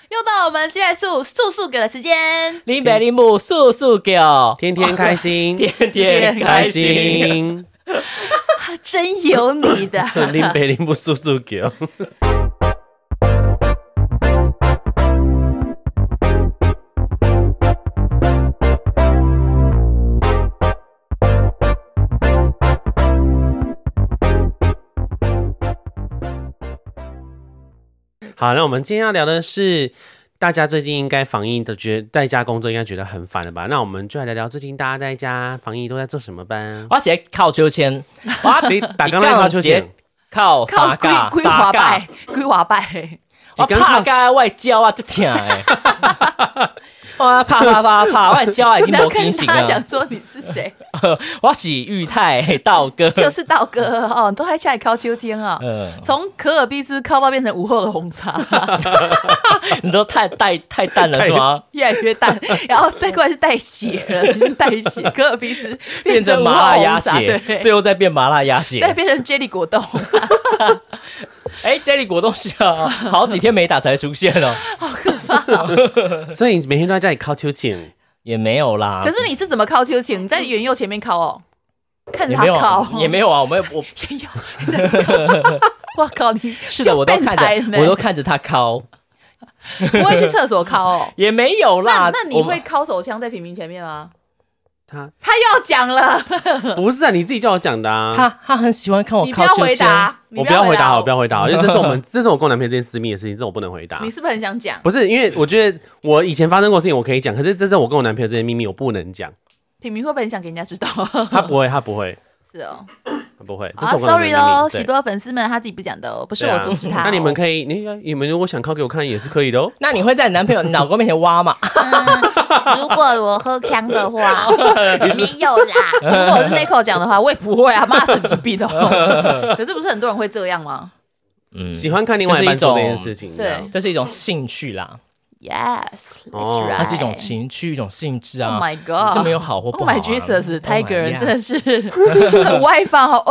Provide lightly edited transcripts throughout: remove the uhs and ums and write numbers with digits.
又到了我们鸡来素给的时间， 林北林母素素给， 天天开心， 天天开心， 真有你的。 林北林母素素给。好，那我们今天要聊的是，大家最近应该防疫的觉得在家工作应该觉得很烦了吧？那我们就来聊聊最近大家在家防疫都在做什么吧。 我是靠秋千， 你打刚才靠秋千， 靠三架， 规划拜， 我拍架外脚啊，这疼诶！我拍，我脚已经没惊醒了。 你要跟他讲说你是谁？ 我是裕泰道哥， 就是道哥哦，都还下来靠秋千啊。从可尔必斯靠到变成午后的红茶， 你都太淡了是吗？ 越来越淡，然后再过来是带血了，带血，可尔必斯变成麻辣鸭血，最后再变麻辣鸭血， 再变成 Jelly 果冻。 Jelly 果冻是好几天没打才出现了， 好可怕哦！ 所以你每天都在家里靠秋千， 也没有啦。 可是你是怎么靠秋千？你在元佑前面靠哦，看着他靠， 也没有啊。我元佑，我靠你！ 是的，我都看着他靠。 不会去厕所靠哦， 也没有啦。 那你会靠手枪在平民前面吗？ 他又要讲了， 不是啊，你自己叫我讲的啊。 他很喜欢看我靠秋千。 我不要回答，我不要回答，因为这是我跟我男朋友之间私密的事情，这我不能回答。 你是不是很想讲？ 不是，因为我觉得我以前发生过的事情我可以讲，可是这是我跟我男朋友之间的秘密，我不能讲。 品明会不会很想给人家知道？ 他不会。是哦， 他不会。 啊 ，sorry 咯，喜多的粉丝们他自己不讲的哦，不是我阻止他。 那你们可以，你们如果想靠给我看也是可以的哦。 那你会在你男朋友、你老公面前挖吗？ 如果我喝康的话，没有啦。如果我是 Nico 讲的话，我也不会啊，妈神经病哦。可是不是很多人会这样吗？ 喜欢看另外一半做这件事情， 对， 这是一种兴趣啦。 Yes， that's right， 它是一种情趣，一种性质啊。 Oh my god， 这没有好或不好。 Oh my Jesus，Tiger 真的是很外放，好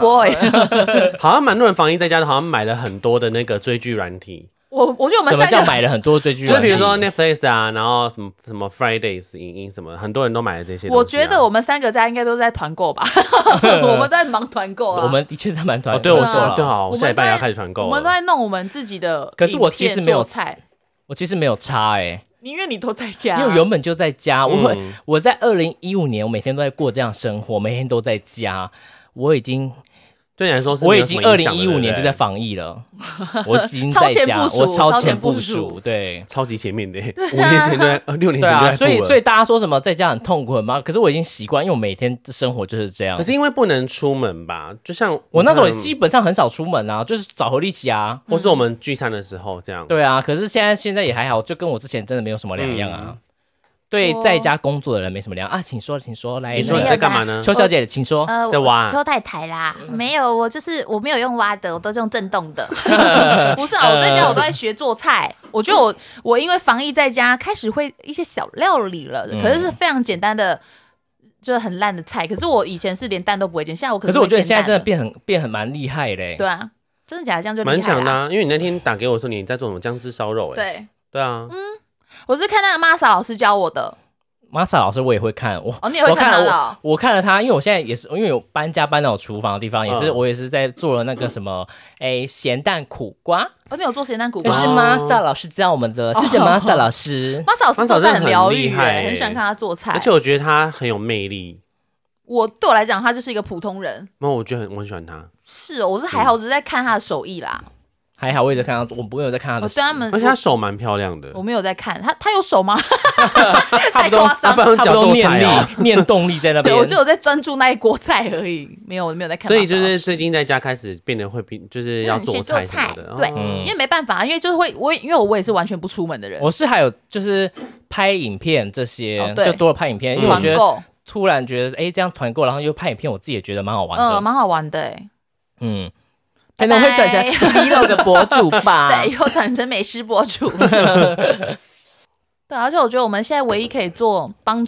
overboy。 好像蛮多人防疫在家的，好像买了很多的那个追剧软体。 我觉得我们什么叫买了很多追剧软体？ 就比如说 Netflix 啊，然后什么 Fridays 影音什么，很多人都买了这些东西。 我觉得我们三个家应该都在团购吧，我们在忙团购啊。 我们的确在忙团购。 对，我下礼拜要开始团购。 我们都在弄我们自己的。 可是我其实没有菜，我其实没有差因为你都在家， 因为我原本就在家。我在2015年，我每天都在过这样生活，每天都在家。我已经对你来说是我已经2015年就在防疫了，我已经在家，我超前部署，对， 超级前面的，5年前就在6年前就在付了。 所以大家说什么在家很痛苦吗？可是我已经习惯，因为我每天的生活就是这样。 可是因为不能出门吧，就像我那时候也基本上很少出门啊，就是找合力起啊， 或是我们聚餐的时候这样。 对啊，可是现在也还好，就跟我之前真的没有什么两样啊。对，在家工作的人没什么两样啊，请说，来， 请说你在干嘛呢？ 邱小姐，请说， 在挖邱太太啦，没有，我没有用挖的，我都是用震动的。不是啊，我在家我都在学做菜。我觉得我因为防疫在家，开始会一些小料理了，可是非常简单的，就是很烂的菜。可是我以前是连蛋都不会煎，现在可是我觉得现在真的变很蛮厉害嘞。 对啊，真的假的？这样就厉害蛮强的啊，因为你那天打给我说你在做什么姜汁烧肉，对啊， 我是看那个 Masa 老师教我的。 Masa 老师我也会看， 你也会看他的？ 我看了他，因为我现在也是，因为有搬到我厨房的地方，我也是在做了那个什么，咸蛋苦瓜。 你有做咸蛋苦瓜？ 就是 Masa 老师教我们的，谢谢 Masa 老师。 Masa 老师做菜很疗愈，很喜欢看他做菜， 而且我觉得他很有魅力。 对我来讲，他就是一个普通人。 我觉得我很喜欢他。 是哦，我是还好，只是在看他的手艺啦。 还好，我也在看他，我没有在看他的手。 而且他手蛮漂亮的。 我没有在看他有手吗？ 太夸张，他都念动力在那边。 对，我就有在专注那一锅菜而已，没有在看。 所以就是最近在家开始变得会就是要做菜什么的。 对，因为没办法，因为就是因为我也是完全不出门的人。 我是还有就是拍影片这些，就多了拍影片，因为我觉得突然觉得这样团购，然后又拍影片，我自己也觉得蛮好玩的。 蛮好玩的可能会转成 vlog 的博主吧。 对，以后转成美食博主。对，而且我觉得我们现在唯一可以帮助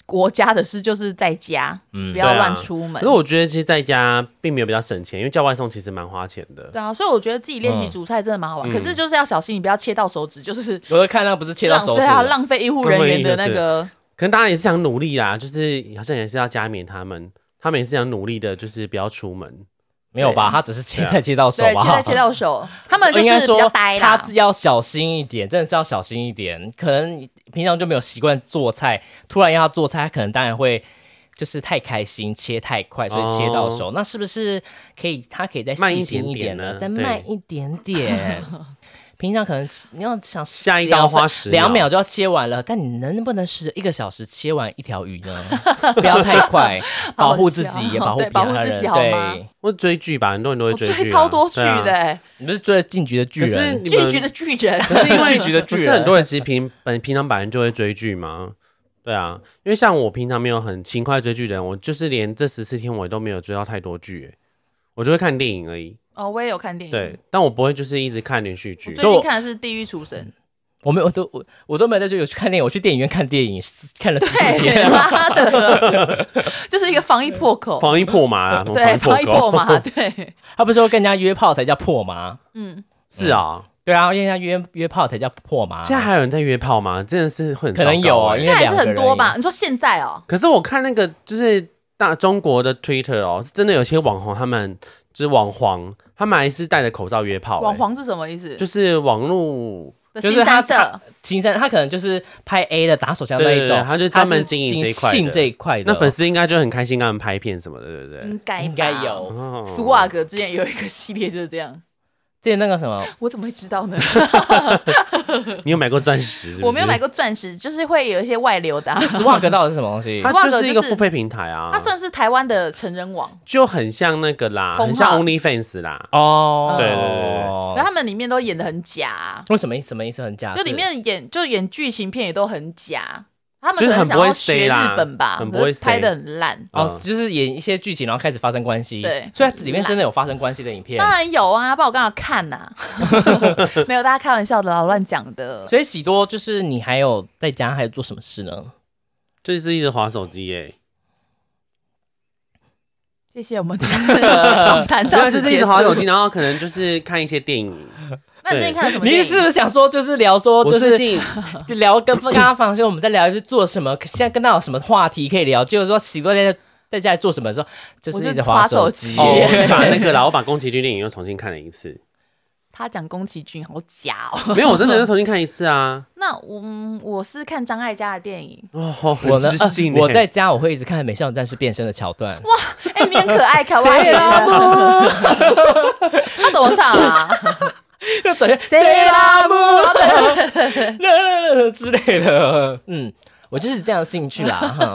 国家的事就是在家，不要乱出门。 可是我觉得其实在家并没有比较省钱，因为叫外送其实蛮花钱的。 对啊，所以我觉得自己练习煮菜真的蛮好玩，可是就是要小心，你不要切到手指，就是我会看到不是切到手指， 浪费医护人员的那个。 可能大家也是想努力啦，就是好像也是要加冕他们也是想努力的，就是不要出门。 没有吧？他只是切菜切到手吧？ 切菜切到手，他们就是比较呆啦。 他要小心一点，真的是要小心一点。可能平常就没有习惯做菜，突然要他做菜，他可能当然会就是太开心，切太快，所以切到手。那是不是他可以再细心一点呢？再慢一点点。平常可能你要想下一刀花 2秒就要切完了，但你能不能试着1个小时切完一条鱼呢？不要太快，保护自己也保护别人。对， 或追剧吧，很多人都会追剧， 追超多剧的。 你不是追进局的巨人？ 进局的巨人， 可是因为局的巨人，不是很多人其实平常本来就会追剧吗？对啊，因为像我平常没有很勤快追剧的人，我就是连这14天我都没有追到太多剧，我就会看电影而已。 哦，我也有看电影， 对，但我不会就是一直看连续剧。 我最近看的是《地狱厨神》， 我都没有在这里去看电影，我去电影院看电影，看了4天。 妈的，就是一个防疫破口， 防疫破麻啊， 对，防疫破麻，对。 他不是说跟人家约炮才叫破麻？ 是啊， 对啊，跟人家约炮才叫破麻。 现在还有人在约炮吗？真的是会很可能有啊，因为还是很多吧？你说现在哦？ 可是我看那个就是中国的 Twitter 哦，是真的有些网红他们。就是网黄，他们还是戴着口罩约炮。 网黄是什么意思？ 就是网络， 就是他可能就是拍 A 的打手枪那一种， 他就专门经营这一块的。 那粉丝应该就很开心，跟他们拍片什么的，对不对？ 应该有。 苏瓦格之前有一个系列就是这样。 之前那个什么， 我怎么会知道呢？ 你有买过钻石是不是？ 我没有买过钻石，就是会有一些外流的。 Swag 到底是什么东西？ 它就是一个付费平台啊， 它算是台湾的成人网， 就很像那个啦，很像 OnlyFans 啦。 哦， 对， 可他们里面都演得很假。 为什么意思很假？ 就里面演剧情片也都很假。他们可能想要学日本吧，可是拍得很烂就是演一些剧情，然后开始发生关系。 对， 所以里面真的有发生关系的影片。 当然有啊，不然我刚好看呐。没有，大家开玩笑的啦，乱讲的。 所以喜多就是你还有在家还有做什么事呢？ 就是一直滑手机耶。 谢谢我们访谈到就是一直滑手机，然后可能就是看一些电影。 那你最近看了什么电影？ 你是不是想说就是聊说就是聊跟他放心，我们在聊是做什么？现在跟他有什么话题可以聊？就是说喜多在家里做什么的时候，就是一直滑手机。 我把宫崎骏电影又重新看了一次。 他讲宫崎骏好假哦。 没有，我真的是重新看一次啊。 那我是看张艾嘉的电影。 我在家我会一直看《美少女战士》变身的桥段。 哇，你很可爱，卡哇伊。他怎么唱啊？ 就转成塞拉姆之类的，我就是这样的兴趣啦。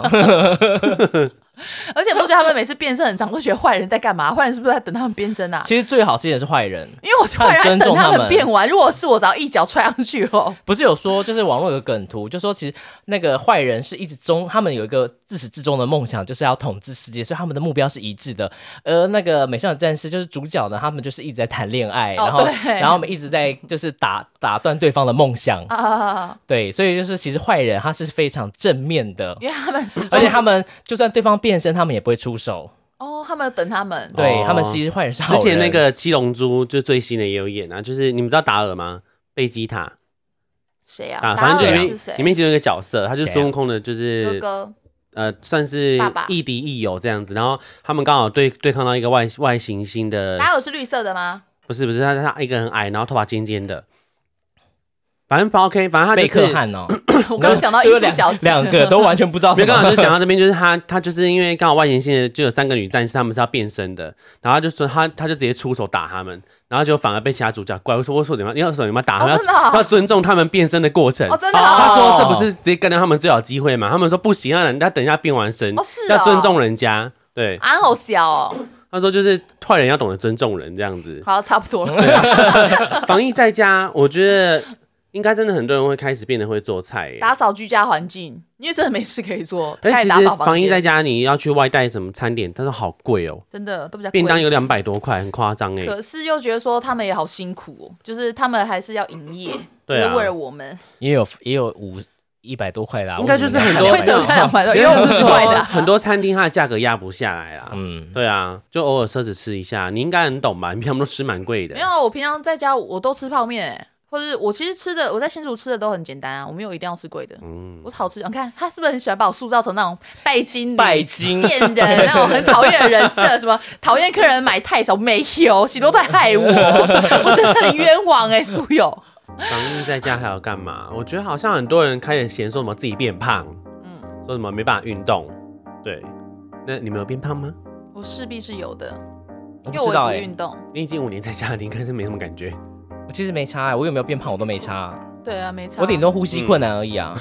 而且不觉得他们每次变身很长，都觉得坏人在干嘛？坏人是不是在等他们变身啊？ 其实最好是也是坏人， 因为我坏人在等他们变完。如果是我，只要一脚踹上去了。 不是有说，就是网络有个梗图，就说其实那个坏人是一直他们有一个自始至终的梦想，就是要统治世界，所以他们的目标是一致的。而那个美少女战士就是主角呢，他们就是一直在谈恋爱，然后我们一直在就是打断对方的梦想对，所以就是其实坏人他是非常正面的， 因为他们而且他们就算对方变身，他们也不会出手。 他们等他们， 对他们其实坏人是好人。 之前那个七龙珠就最新的也有演啊，就是你们知道达尔吗？贝基塔。 谁啊？ 反正就里面就有一个角色，他就是孙悟空的，就是哥哥，算是亦敌亦友这样子。然后他们刚好对抗到一个外行星的。 达尔是绿色的吗？ 不是，他一个很矮，然后头发尖尖的。反正 OK， 反正他就是贝克汉哦。 我刚刚想到一组小子， 两个都完全不知道什么。 刚好就讲到这边，就是他就是因为刚好外行星就有3个女战士，他们是要变身的，然后他就说他就直接出手打他们，然后就反而被其他主角怪我说你们要打他们，要尊重他们变身的过程。 真的， 他说这不是直接干掉他们最好机会嘛？他们说不行啊，人家等一下变完身，要尊重人家。对， 好小哦。 他说就是坏人要懂得尊重人这样子。 好，差不多了。 防疫在家，我觉得。应该真的很多人会开始变得会做菜， 打扫居家环境，因为真的没事可以做。 但其实防疫在家，你要去外带什么餐点，但是好贵哦， 真的都比较贵。 便当有200多块，很夸张哎。 可是又觉得说他们也好辛苦哦，就是他们还是要营业， 对啊， 为了我们。 也有 100多块啦， 应该就是很多为什么看200多？因为50块的很多餐厅它的价格压不下来啦。 嗯， 对啊，就偶尔奢侈吃一下，你应该很懂吧？你平常都吃蛮贵的。 没有啊，我平常在家我都吃泡面或者我其实吃的，我在新竹吃的都很简单啊，我没有一定要吃贵的。我好吃，你看他是不是很喜欢把我塑造成那种拜金贱人，那种很讨厌的人设？什么讨厌客人买太少？没有，喜多太害我，我真的很冤枉苏友。 防疫在家还要干嘛？我觉得好像很多人开始嫌说什么自己变胖，说什么没办法运动。对，那你们有变胖吗？ 我势必是有的， 因为我也不运动。 你已经5年在家，你应该是没什么感觉。 我其实没差我有没有变胖我都没差。 对啊，没差。 我顶多呼吸困难而已啊。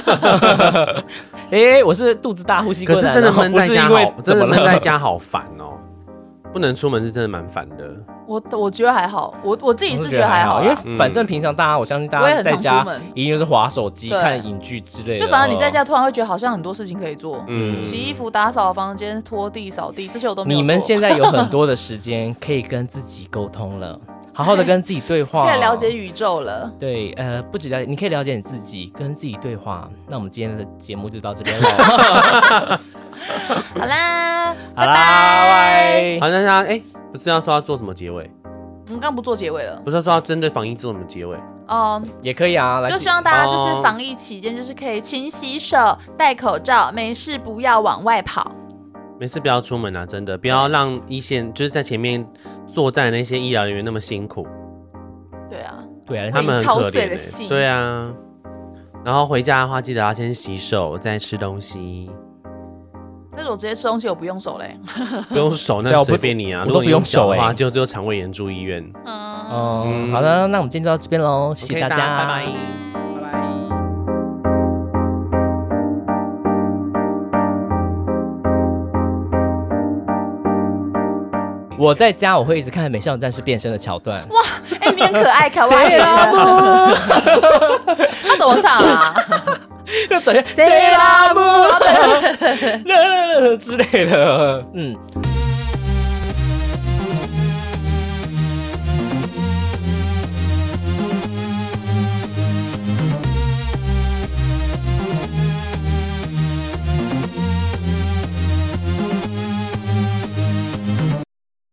我是肚子大呼吸困难。 可是真的闷在家好，真的闷在家好烦哦。不能出门是真的蛮烦的。 我觉得还好，我自己是觉得还好， 因为反正平常大家，我相信大家在家一定就是滑手机、看影剧之类的。 就反正你在家突然会觉得好像很多事情可以做，洗衣服、打扫房间、拖地、扫地，这些我都没有做。 你们现在有很多的时间可以跟自己沟通了。好好的跟自己对话， 可以了解宇宙了。 对，不止了解，你可以了解你自己，跟自己对话。那我们今天的节目就到这边了。 好啦， 拜拜。 好，那大家不是要说要做什么结尾？ 我们刚不做结尾了， 不是说要针对防疫做什么结尾？ 也可以啊， 就希望大家就是防疫期间，就是可以勤洗手、戴口罩，没事不要往外跑。 没事，不要出门啊！真的，不要让一线就是在前面作战的那些医疗人员那么辛苦。 对啊， 他们很可怜。对啊，然后回家的话，记得要先洗手，再吃东西。 但是我直接吃东西，我不用手嘞。 不用手，那随便你啊。如果你用手的话，就只有肠胃炎住医院。 好的，那我们今天就到这边喽，谢谢大家， 拜拜。 我在家我会一直看《美少女战士》变身的桥段。 哇，你很可爱，可爱。他怎么唱啊？ 就转身 Say Love 之类的。